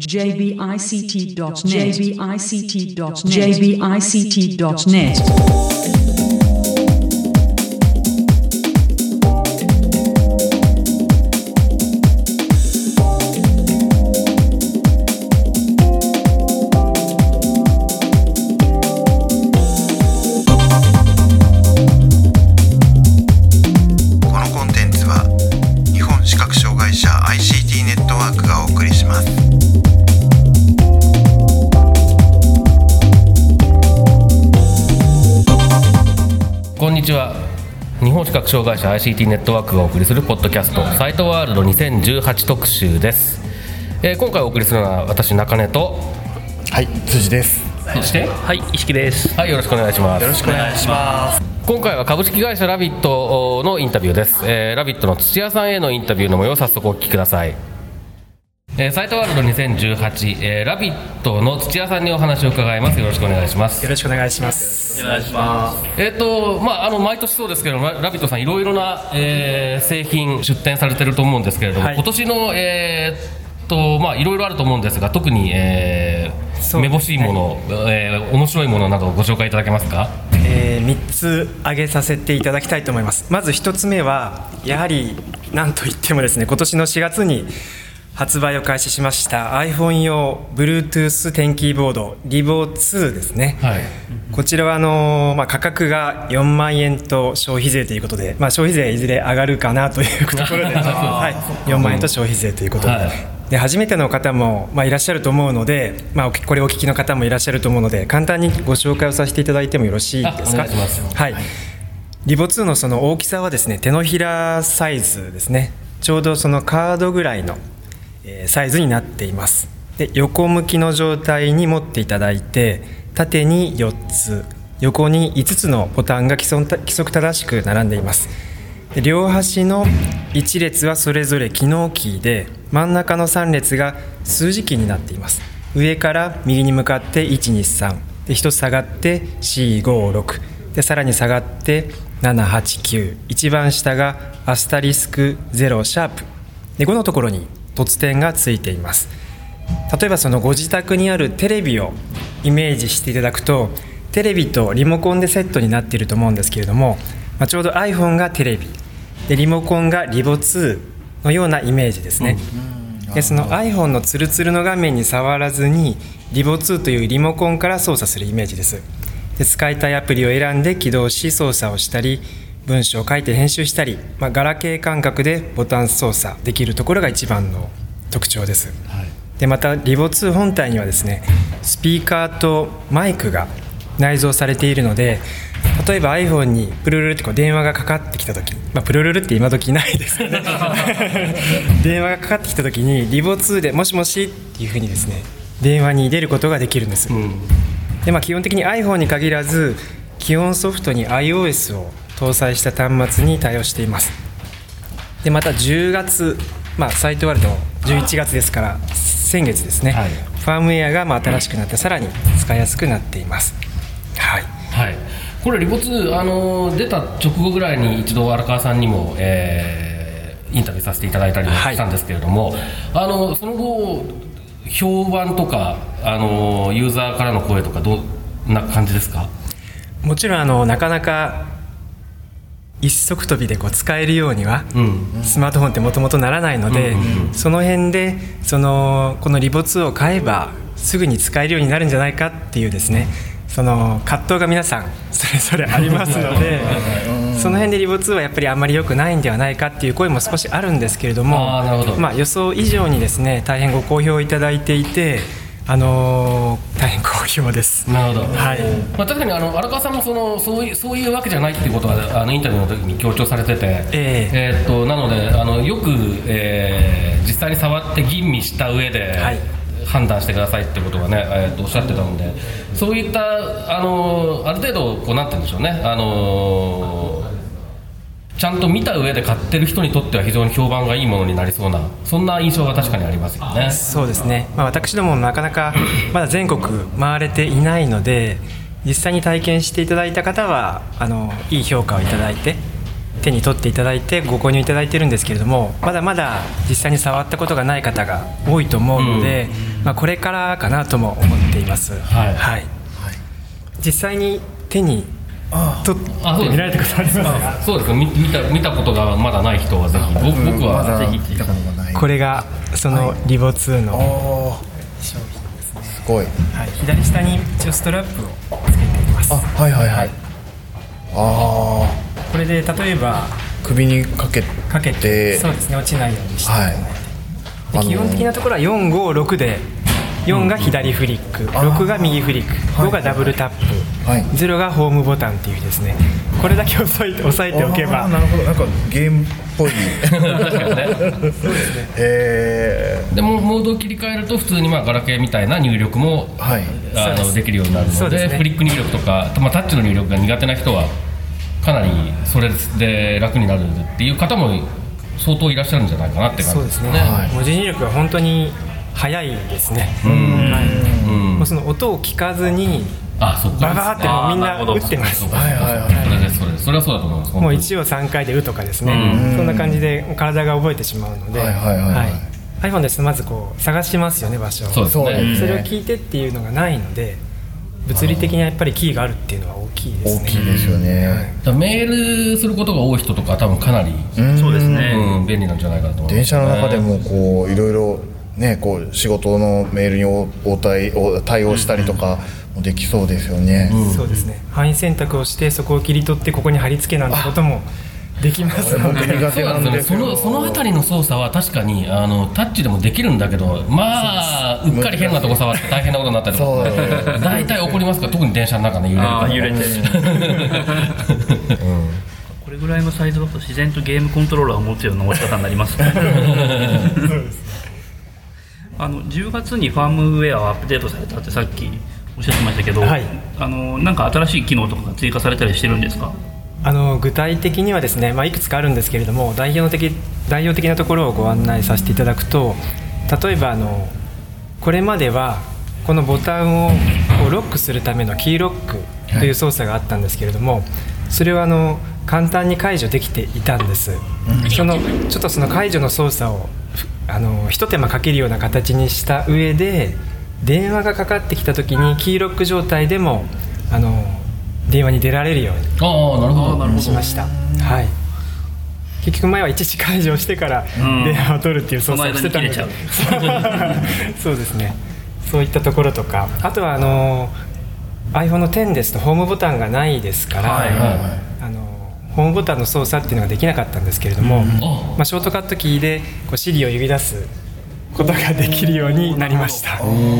jbict.net こんにちは。日本視覚障害者 ICT ネットワークがお送りするポッドキャストサイトワールド2018特集です。今回お送りするのは私中根と辻です。 そして石木です。 よろしくお願いします。 よろしくお願いします。 今回は株式会社ラビットのインタビューです。ラビットの土屋さんへのインタビューの模様を早速お聞きください。サイトワールド2018、ラビットの土屋さんにお話を伺います。よろしくお願いします。 よろしくお願いします。 お願いします。 毎年そうですけどラビットさんいろいろな、製品出展されてると思うんですけれども、今年のいろいろあると思うんですが、特に、めぼしいもの、面白いものなどをご紹介いただけますか。 3つ挙げさせていただきたいと思います。まず1つ目はやはり何といってもですね、今年の4月に発売を開始しました iPhone 用 Bluetooth 点キーボード Livo2 ですね、こちらは価格が4万円と消費税ということで、消費税いずれ上がるかなというところで、4万円と消費税ということで、初めての方も、いらっしゃると思うので、これをお聞きの方もいらっしゃると思うので、簡単にご紹介をさせていただいてもよろしいですか。Livo2 のその大きさはですね、手のひらサイズですね。ちょうどそのカードぐらいのサイズになっています。で、横向きの状態に持っていただいて、縦に4つ横に5つのボタンが規則正しく並んでいます。で、両端の1列はそれぞれ機能キーで、真ん中の3列が数字キーになっています。上から右に向かって123で、1つ下がって456で、さらに下がって789、一番下がアスタリスク0シャープで、5のところに凸点がついています。例えばそのご自宅にあるテレビをイメージしていただくと、テレビとリモコンでセットになっていると思うんですけれども、ちょうど iPhone がテレビでリモコンが Livo2 のようなイメージですね。で、その iPhone のツルツルの画面に触らずに Livo2 というリモコンから操作するイメージです。で、使いたいアプリを選んで起動し操作をしたり、文章を書いて編集したり、ガラケー感覚でボタン操作できるところが一番の特徴です。で、また Livo2 本体にはですね、スピーカーとマイクが内蔵されているので、例えば iPhone にプルルルって電話がかかってきた時、プルルルって今時ないですよね電話がかかってきた時に Livo2 でもしもしっていう風にですね、電話に出ることができるんです。で、基本的に iPhone に限らず基本ソフトに iOS を搭載した端末に対応しています。で、また10月、サイトワールド11月ですから先月ですね、ファームウェアが新しくなってさらに使いやすくなっています。 これLivo2、出た直後ぐらいに一度荒川さんにも、インタビューさせていただいたりもしたんですけれども、その後評判とかユーザーからの声とかどんな感じですか。 もちろんなかなか一足飛びで使えるようには、スマートフォンってもともとならないので、その辺でこのLivo2を買えばすぐに使えるようになるんじゃないかっていうですね、その葛藤が皆さんそれぞれありますのでその辺でLivo2はやっぱりあんまり良くないんではないかっていう声も少しあるんですけれども、予想以上にですね、大変ご好評いただいていて、大変好評です。 なるほど。確かに荒川さんもそういうわけじゃないっていうことはインタビューの時に強調されてて、なのでよく、実際に触って吟味した上で、判断してくださいってことはね、おっしゃってたので、そういったある程度なんて言うんでしょうね、ちゃんと見た上で買ってる人にとっては非常に評判がいいものになりそうな、そんな印象が確かにありますよね。 そうですね、私どもなかなかまだ全国回れていないので、実際に体験していただいた方はいい評価をいただいて手に取っていただいてご購入いただいてるんですけれども、まだまだ実際に触ったことがない方が多いと思うので、 これからかなとも思っています。 はいはい、実際に手に取って見られたことありますか？ そうですね、見たことがまだない人はぜひ。僕はまだ見たことがない。 これがそのリボ2の商品ですね。 すごい、 はい、左下に一応ストラップをつけています。 はいはいはい、 これで例えば首にかけてそうですね、落ちないようにして、 はい、 基本的なところは456で、4が左フリック、6が右フリック、5がダブルタップ、0がホームボタンっていうですね、これだけ押さえておけば。 なるほど、なんかゲームっぽい。 確かにね。そうですね。でもモードを切り替えると普通にガラケーみたいな入力も、できるようになるので、フリック入力とか、タッチの入力が苦手な人はかなりそれで楽になるっていう方も相当いらっしゃるんじゃないかなって感じですね。 文字入力は本当に早いですね。もうその音を聞かずにババーってもうみんな打ってます。 それはそうだと思います。 もう1を3回で打とかですね、そんな感じで体が覚えてしまうので、iPhone ですとまずこう探しますよね、場所を。それを聞いてっていうのがないので、物理的にやっぱりキーがあるっていうのは大きいですね。 大きいですよね。 メールすることが多い人とか多分かなりそうですね、 便利なんじゃないかと思います。 電車の中でもこういろいろね、こう仕事のメールに対応したりとかもできそうですよね。 そうですね、範囲選択をしてそこを切り取ってここに貼り付けなんてこともできますので。 苦手なんですよ。 そのあたりの操作は確かにタッチでもできるんだけど、うっかり変なとこ触って大変なことになったりとか大体起こりますから、特に電車の中で揺れてこれぐらいのサイズだと自然とゲームコントローラーを持つような持ち方になりますね。10月にファームウェアをアップデートされたってさっきおっしゃってましたけど、なんか新しい機能とかが追加されたりしてるんですか？ 具体的にはですね、いくつかあるんですけれども、代表的なところをご案内させていただくと、例えばこれまではこのボタンをロックするためのキーロックという操作があったんですけれども、それは簡単に解除できていたんです。ちょっとその解除の操作を一手間かけるような形にした上で、電話がかかってきた時にキーロック状態でも電話に出られるようにしました。はい、結局前は一時解除をしてから電話を取るっていう操作をしてたんですけど、そうですね、そういったところとか、あとはiPhone の10ですとホームボタンがないですから、ホームボタンの操作っていうのができなかったんですけれども、ショートカットキーでSiri を呼び出すことができるようになりました。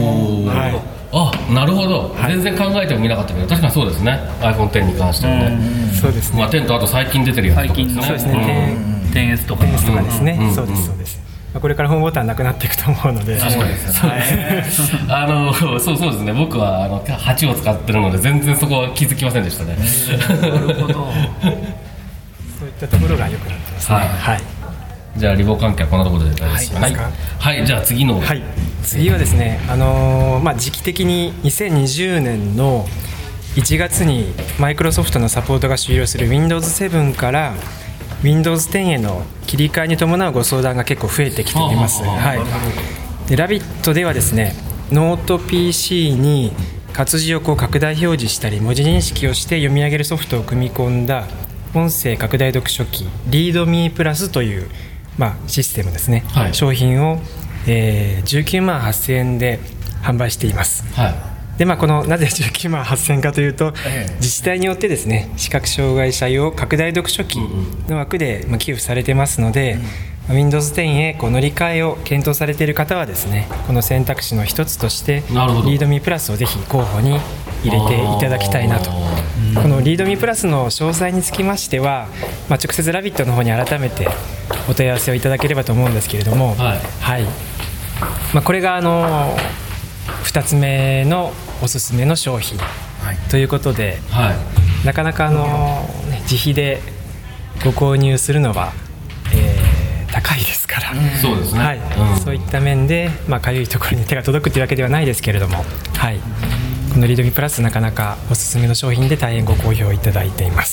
なるほど、全然考えてもみなかったけど、確かにそうですね、 iPhone X に関してはね。 そうですね、 10とあと最近出てるやつとかですね。 そうですね、 10S とかですね。そうですそうです。これからホームボタンなくなっていくと思うので。 そうですね。そうですね。僕は8を使ってるので全然そこは気づきませんでしたね。 なるほど。そういったところが良くなってますね。はい。 じゃあリボ関係はこんなところで大丈夫ですか？はい。じゃあ次の。 次はですね、時期的に2020年の1月にマイクロソフトのサポートが終了する Windows 7から Windows 10への切り替えに伴うご相談が結構増えてきております。でラビットではですね、ノート PC に活字を拡大表示したり文字認識をして読み上げるソフトを組み込んだ音声拡大読書機 Readme プラスというシステムですね、商品を、19万8000円で販売しています。でなぜ19万8000円かというと、自治体によってですね、視覚障害者用拡大読書機の枠で寄付されてますので、Windows 10へ乗り換えを検討されている方はですね、この選択肢の一つとしてReadme プラスをぜひ候補に入れていただきたいなと。このReadme プラスの詳細につきましては、直接ラビットの方に改めてお問い合わせをいただければと思うんですけれども、これが2つ目のおすすめの商品ということで、なかなか自費でご購入するのは、高いですから、 そうですね、 そういった面でかゆいところに手が届くというわけではないですけれども、このReadmeプラスなかなかおすすめの商品で大変ご好評いただいています。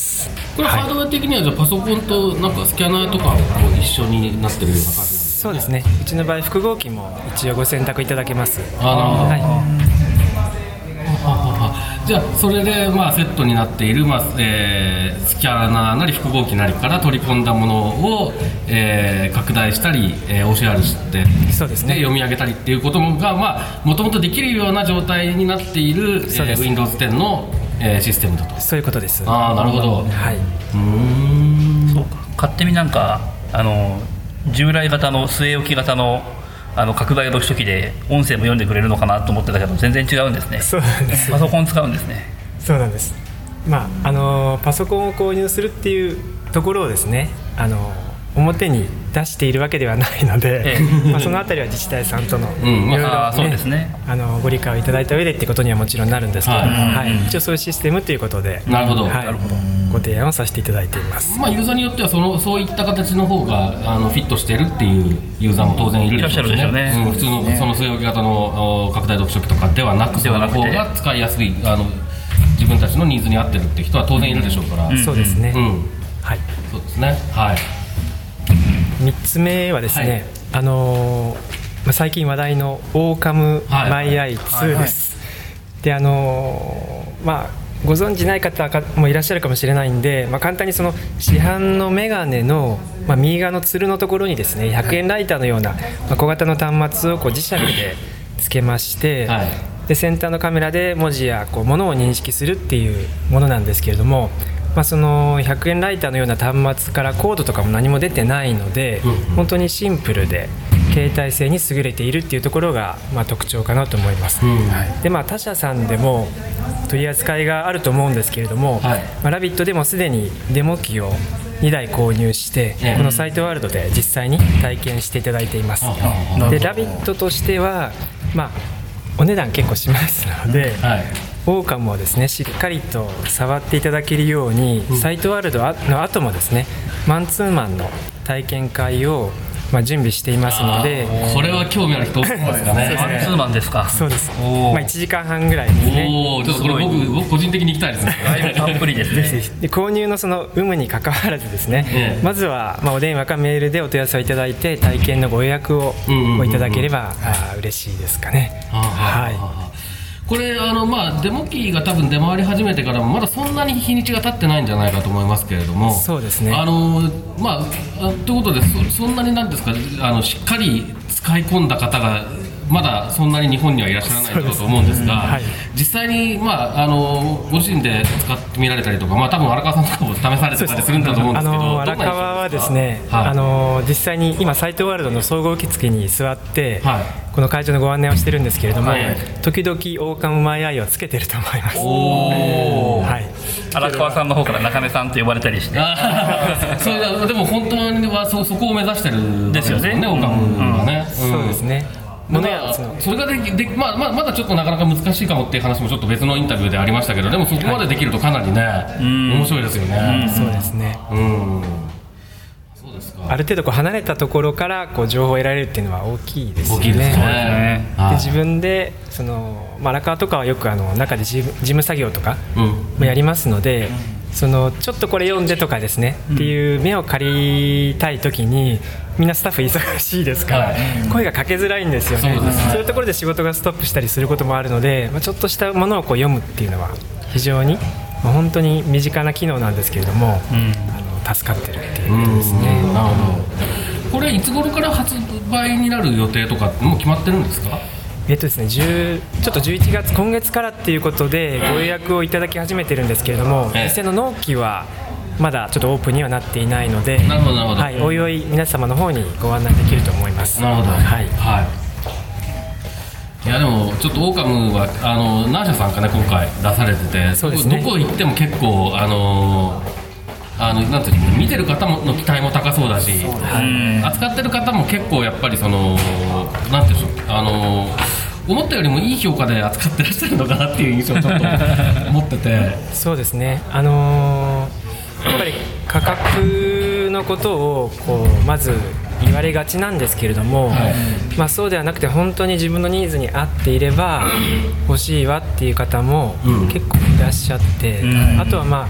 これハードウェア的にはじゃあパソコンとなんかスキャナーとかも一緒になってるような感じなんですか？ そうですね、うちの場合複合機も一応ご選択いただけます。 なるほど、 はいじゃあそれでセットになっている、スキャナーなり複合機なりから取り込んだものを、拡大したり、OCR してそうですね、 読み上げたりっていうことがもともとできるような状態になっている、Windows 10の、システムだと。 そういうことです。 なるほど、 はい、 そうか、勝手に従来型の据え置き型の拡大読書機で音声も読んでくれるのかなと思ってたけど全然違うんですね。 そうなんです。 パソコン使うんですね。 そうなんです。パソコンを購入するっていうところをですね、表に出しているわけではないので、そのあたりは自治体さんとのいろいろそうですね、 ご理解をいただいた上でってことにはもちろんなるんですけど、一応そういうシステムということで、 なるほど、 ご提案をさせていただいています。 ユーザーによってはそういった形の方がフィットしてるっていうユーザーも当然いるでしょうしね。普通のその据え置き型の拡大読書機とかではなく、その方が使いやすい、自分たちのニーズに合ってるって人は当然いるでしょうから。 そうですね、はい、 そうですね、はい。 3つ目はですね、最近話題のオーカムマイアイ2です。でご存知ない方もいらっしゃるかもしれないんで、簡単にその市販のメガネの、右側のつるのところにですね、100円ライターのような、小型の端末を磁石でつけまして、で先端のカメラで文字や物を認識するっていうものなんですけれども、その100円ライターのような端末からコードとかも何も出てないので、本当にシンプルで携帯性に優れているっていうところが、特徴かなと思います。で他社さんでも取り扱いがあると思うんですけれども、ラビットでもすでにデモ機を2台購入して、このサイトワールドで実際に体験していただいています。でラビットとしては、お値段結構しますので、オーカムをですねしっかりと触っていただけるように、サイトワールドの後もですねマンツーマンの体験会を準備していますので、 これは興味ある人多いですかね。 マンツーマンですか。 そうです。1時間半ぐらいですね。 ちょっとこれ僕個人的に行きたいですね。 だいぶたっぷりですね。 で購入のその有無に関わらずですね、まずはお電話かメールでお問い合わせをいただいて、体験のご予約をいただければ嬉しいですかね。はい。 これデモ機が多分出回り始めてからもまだそんなに日にちが経ってないんじゃないかと思いますけれども。 そうですね。 ということでそんなになんですか、しっかり使い込んだ方がまだそんなに日本にはいらっしゃらないと思うんですが、実際にご自身で使ってみられたりとか、多分荒川さんとかも試されてたりするんだと思うんですけど、 荒川はですね、実際に今サイトワールドの総合受付に座って、この会場のご案内をしてるんですけれども、時々オーカムマイアイをつけてると思います。 荒川さんの方から中根さんと呼ばれたりしてそれでも本当にはそこを目指してるんですよね、オーカムはね。 そうですね。 それがまだちょっとなかなか難しいかもっていう話もちょっと別のインタビューでありましたけど、でもそこまでできるとかなりね、面白いですよね。 そうですね。ある程度離れたところから情報を得られるっていうのは大きいですよね。 大きいですね。 で自分で荒川とかはよく中で事務作業とかもやりますので、ちょっとこれ読んでとかですね、っていう目を借りたい時にみんなスタッフ忙しいですから、声がかけづらいんですよね。そういうところで仕事がストップしたりすることもあるので、ちょっとしたものを読むっていうのは非常に本当に身近な機能なんですけれども、助かってるっていうことですね。 なるほど。これいつ頃から発売になる予定とかもう決まってるんですか？ ですね、ちょっと11月今月からっていうことでご予約をいただき始めてるんですけれども、実際の納期はまだちょっとオープンにはなっていないので、おいおい皆様の方にご案内できると思います。 なるほど。いやでもちょっとオーカムはナーシャさんがね今回出されてて、そうですね、どこ行っても結構なんていうの、見てる方の期待も高そうだし、扱ってる方も結構やっぱりなんていうんでしょう、思ったよりもいい評価で扱ってらっしゃるのかなっていう印象をちょっと持っててそうですね、やっぱり価格のことをまず言われがちなんですけれども、そうではなくて本当に自分のニーズに合っていれば欲しいわっていう方も結構いらっしゃって、あとはお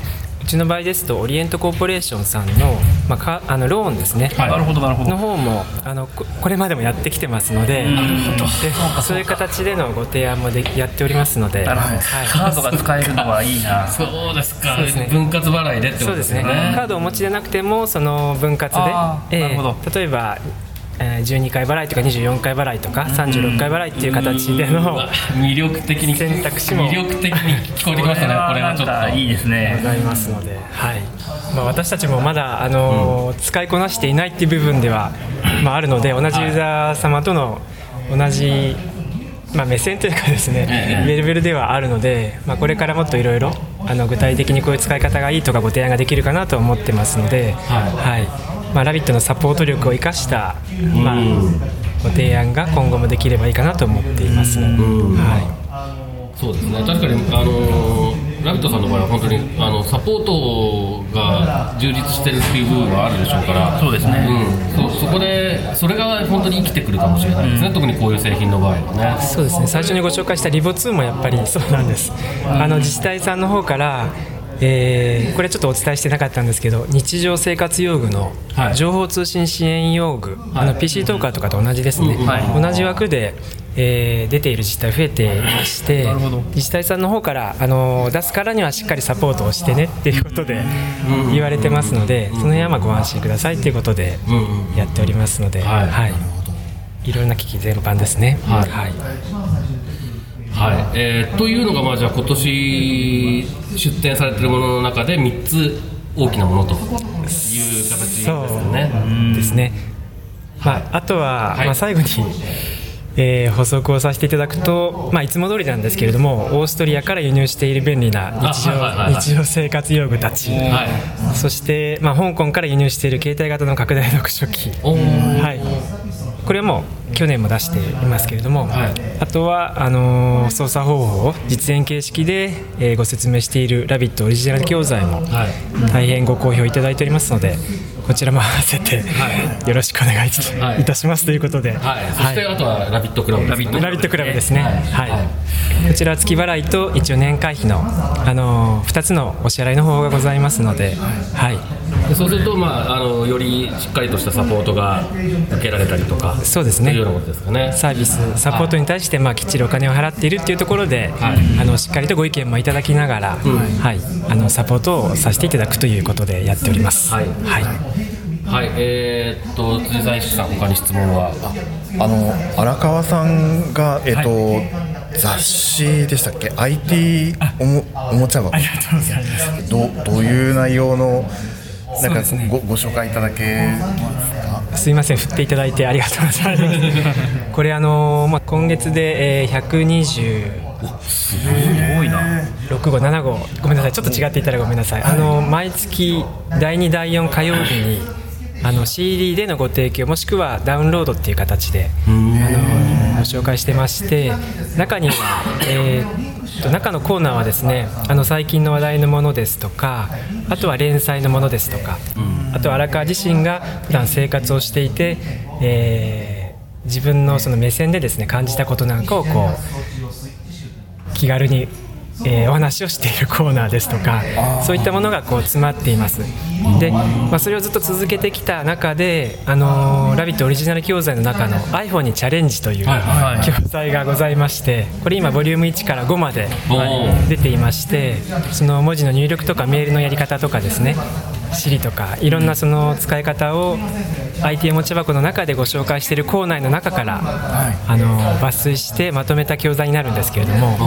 うちの場合ですとオリエントコーポレーションさんの、ローンですね、 なるほどなるほどの方もこれまでもやってきてますので、そういう形でのご提案もやっておりますので、 なるほど、カードが使えるのはいいな。 そうですか。 そうですね、 分割払いでってことですね。 そうですね、カードをお持ちでなくてもその分割で、 なるほど。 例えば12回払いとか24回払いとか36回払いっていう形での魅力的に選択肢も魅力的に聞こえてきましたね。これはちょっといいですね。 ございますので、私たちもまだ使いこなしていないっていう部分では、あるので、同じユーザー様との同じ、目線というかですね、レベルではあるので、これからもっといろいろ具体的にこういう使い方がいいとかご提案ができるかなと思ってますので、ラビットのサポート力を生かした、ご提案が今後もできればいいかなと思っています。 そうですね、確かにラビットさんの場合は本当にサポートが充実してるっていう部分はあるでしょうから、 そうですね、 そこでそれが本当に生きてくるかもしれないですね、特にこういう製品の場合はね。 そうですね、最初にご紹介したリボ2もやっぱりそうなんです。自治体さんの方からこれちょっとお伝えしてなかったんですけど、日常生活用具の情報通信支援用具、PC トーカーとかと同じですね、同じ枠で、出ている自治体増えていまして、自治体さんの方から出すからにはしっかりサポートをしてねっていうことで言われてますので、その辺はご安心くださいということでやっておりますので、いろんな機器全般ですね。 というのが、じゃあ今年出展されているものの中で3つ大きなものという形ですよね。 そうですね。あとは、最後に、補足をさせていただくと、いつも通りなんですけれども、オーストリアから輸入している便利な日常生活用具たち、そして、香港から輸入している携帯型の拡大読書機、これも去年も出していますけれども、あとは操作方法を実演形式で、ご説明しているラビットオリジナル教材も大変ご好評いただいておりますので、こちらも合わせてよろしくお願いいたしますということで、 そしてあとはラビットクラブ、 ラビットクラブですね。こちらは月払いと一応年会費の2つのお支払いの方がございますので、 そうすると、よりしっかりとしたサポートが受けられたりとか、 そうですね、 というようなことですかね。 サービスサポートに対して、きっちりお金を払っているというところで、しっかりとご意見もいただきながら、サポートをさせていただくということでやっております。 辻さん、石さん、他に質問は？ 荒川さんが、雑誌でしたっけ、 IT おもちゃ箱、 ありがとうございます。 どういう内容のなんかご紹介いただけますか？ すいません、振っていただいてありがとうございますこれ今月で、120 すごいな、 6号7号、ごめんなさい、ちょっと違っていたらごめんなさい。毎月第2第4火曜日にCD でのご提供もしくはダウンロードっていう形でご紹介してまして、中には、中のコーナーはですね、最近の話題のものですとか、あとは連載のものですとか、あとは荒川自身が普段生活をしていて、自分のその目線でですね感じたことなんかをこう気軽にお話をしているコーナーですとか、そういったものがこう詰まっています。で、それをずっと続けてきた中で、ラビットオリジナル教材の中の iPhone にチャレンジという教材がございまして、これ今ボリューム1から5まで出ていまして、その文字の入力とかメールのやり方とかですね、Siri とかいろんなその使い方を IT おもちゃ箱の中でご紹介しているコーナーの中から抜粋してまとめた教材になるんですけれども、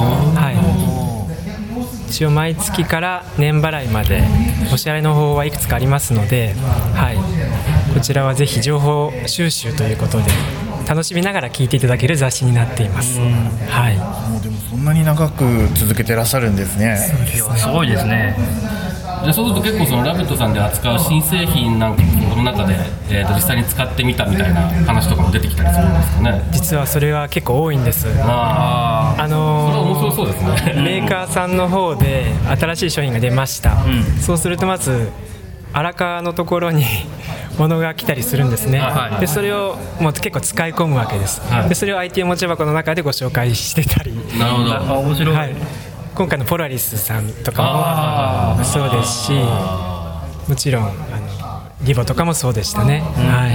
一応毎月から年払いまでお支払いの方法はいくつかありますので、こちらはぜひ情報収集ということで楽しみながら聞いていただける雑誌になっています。 もうでもそんなに長く続けてらっしゃるんですね。 すごいですね。 でそうすると結構そのラビットさんで扱う新製品なんかこの中で、実際に使ってみたみたいな話とかも出てきたりするんですかね。 実はそれは結構多いんです。 それは面白そうですね。 メーカーさんの方で新しい商品が出ました、そうするとまず荒川のところに物が来たりするんですね、でそれをもう結構使い込むわけです、でそれを IT おもちゃ箱の中でご紹介してたり。 なるほど、 面白い、 今回のポラリスさんとかもそうですし、もちろんリボとかもそうでしたね、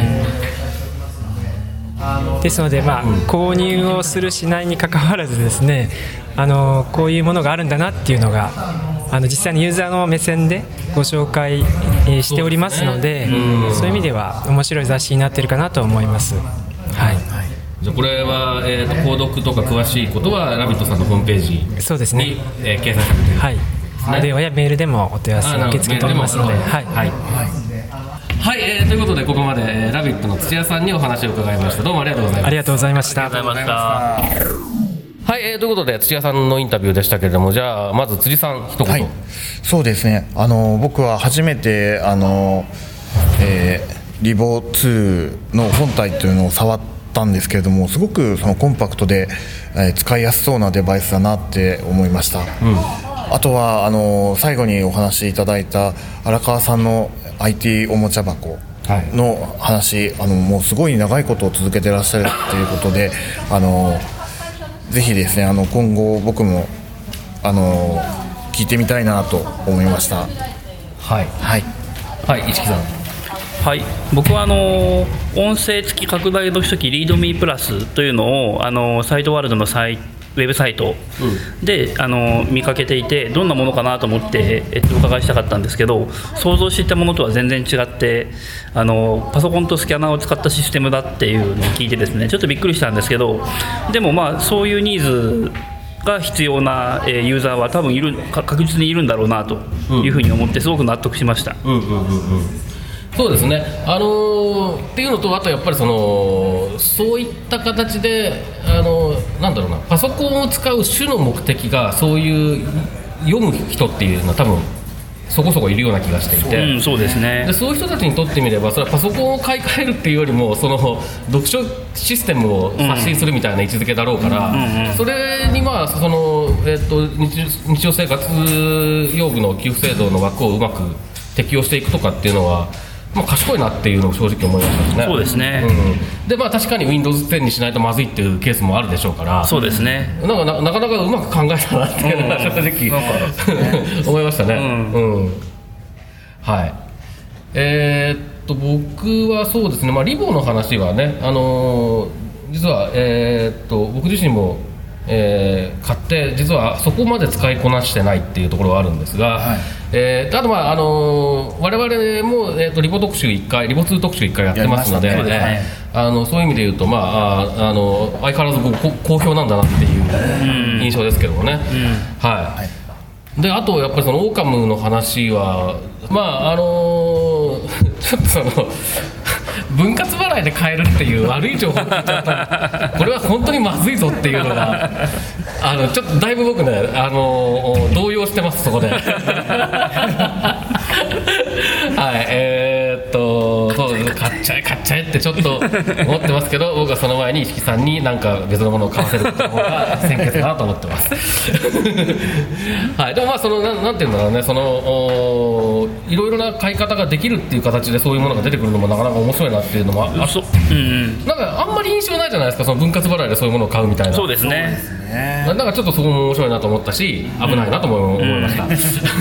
ですので、購入をするしないにかかわらずですね、こういうものがあるんだなっていうのが実際にユーザーの目線でご紹介しておりますので、そういう意味では面白い雑誌になっているかなと思います。 じゃあこれは、購読とか詳しいことはラビットさんのホームページにそうですね、 掲載されている、 はい、お電話やメールでもお問い合わせ受け付けておりますので、 ということでここまで、ラビットの土屋さんにお話を伺いました。どうもありがとうございました。 ありがとうございました。 はい、ということで土屋さんのインタビューでしたけれども、じゃあまず辻さん一言。 そうですね、僕は初めてリボ2の本体というのを触ったんですけれども、すごくそのコンパクトで、使いやすそうなデバイスだなって思いました。あとは最後にお話しいただいた荒川さんの IT おもちゃ箱の話、もうすごい長いことを続けてらっしゃるということで、ぜひですね、今後僕も聞いてみたいなと思いました。 市木さん。 僕は音声付き拡大読書機リードミープラスというのをサイトワールドのウェブサイトで、見かけていて、どんなものかなと思って、お伺いしたかったんですけど、想像していたものとは全然違って、パソコンとスキャナーを使ったシステムだっていうのを聞いてですね、ちょっとびっくりしたんですけど、でもそういうニーズが必要なユーザーは多分確実にいるんだろうなというふうに思って、すごく納得しました。 そうですね、っていうのと、あとやっぱりそういった形でなんだろうな、パソコンを使う主の目的がそういう読む人っていうのは多分そこそこいるような気がしていて、 そうですね。 でそういう人たちにとってみれば、それはパソコンを買い替えるっていうよりも読書システムを刷新するみたいな位置づけだろうから、それに日常生活用具の給付制度の枠をうまく適用していくとかっていうのは、賢いなっていうのを正直思いましたね。 そうですね、 で確かに Windows 10にしないとまずいっていうケースもあるでしょうから、 そうですね、 なかなかうまく考えたなっていうのは正直、思いましたね。僕はそうですね、リボの話はね、実は、僕自身も買って実はそこまで使いこなしてないっていうところはあるんですが、あと我々も、リボ特集1回リボ2特集1回やってますので、そういう意味で言うと、相変わらず好評なんだなっていう印象ですけどもね。であとやっぱりオーカムの話はちょっと分割払いで買えるっていう悪い情報を聞いちゃったこれは本当にまずいぞっていうのがちょっとだいぶ僕ね動揺してます、そこでそうです、買っちゃえってちょっと思ってますけど、僕はその前に石木さんになんか別のものを買わせるって方が先決かなと思ってますでもなんていうんだろうね、いろいろな買い方ができるっていう形でそういうものが出てくるのもなかなか面白いなっていうのもなんかあんまり印象ないじゃないですか、分割払いでそういうものを買うみたいな。 そうですね、 なんかちょっとそこも面白いなと思ったし、危ないなとも思いました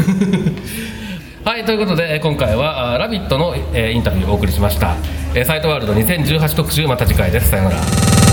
ということで今回はラビットのインタビューをお送りしました。サイトワールド2018特集、また次回です。さようなら。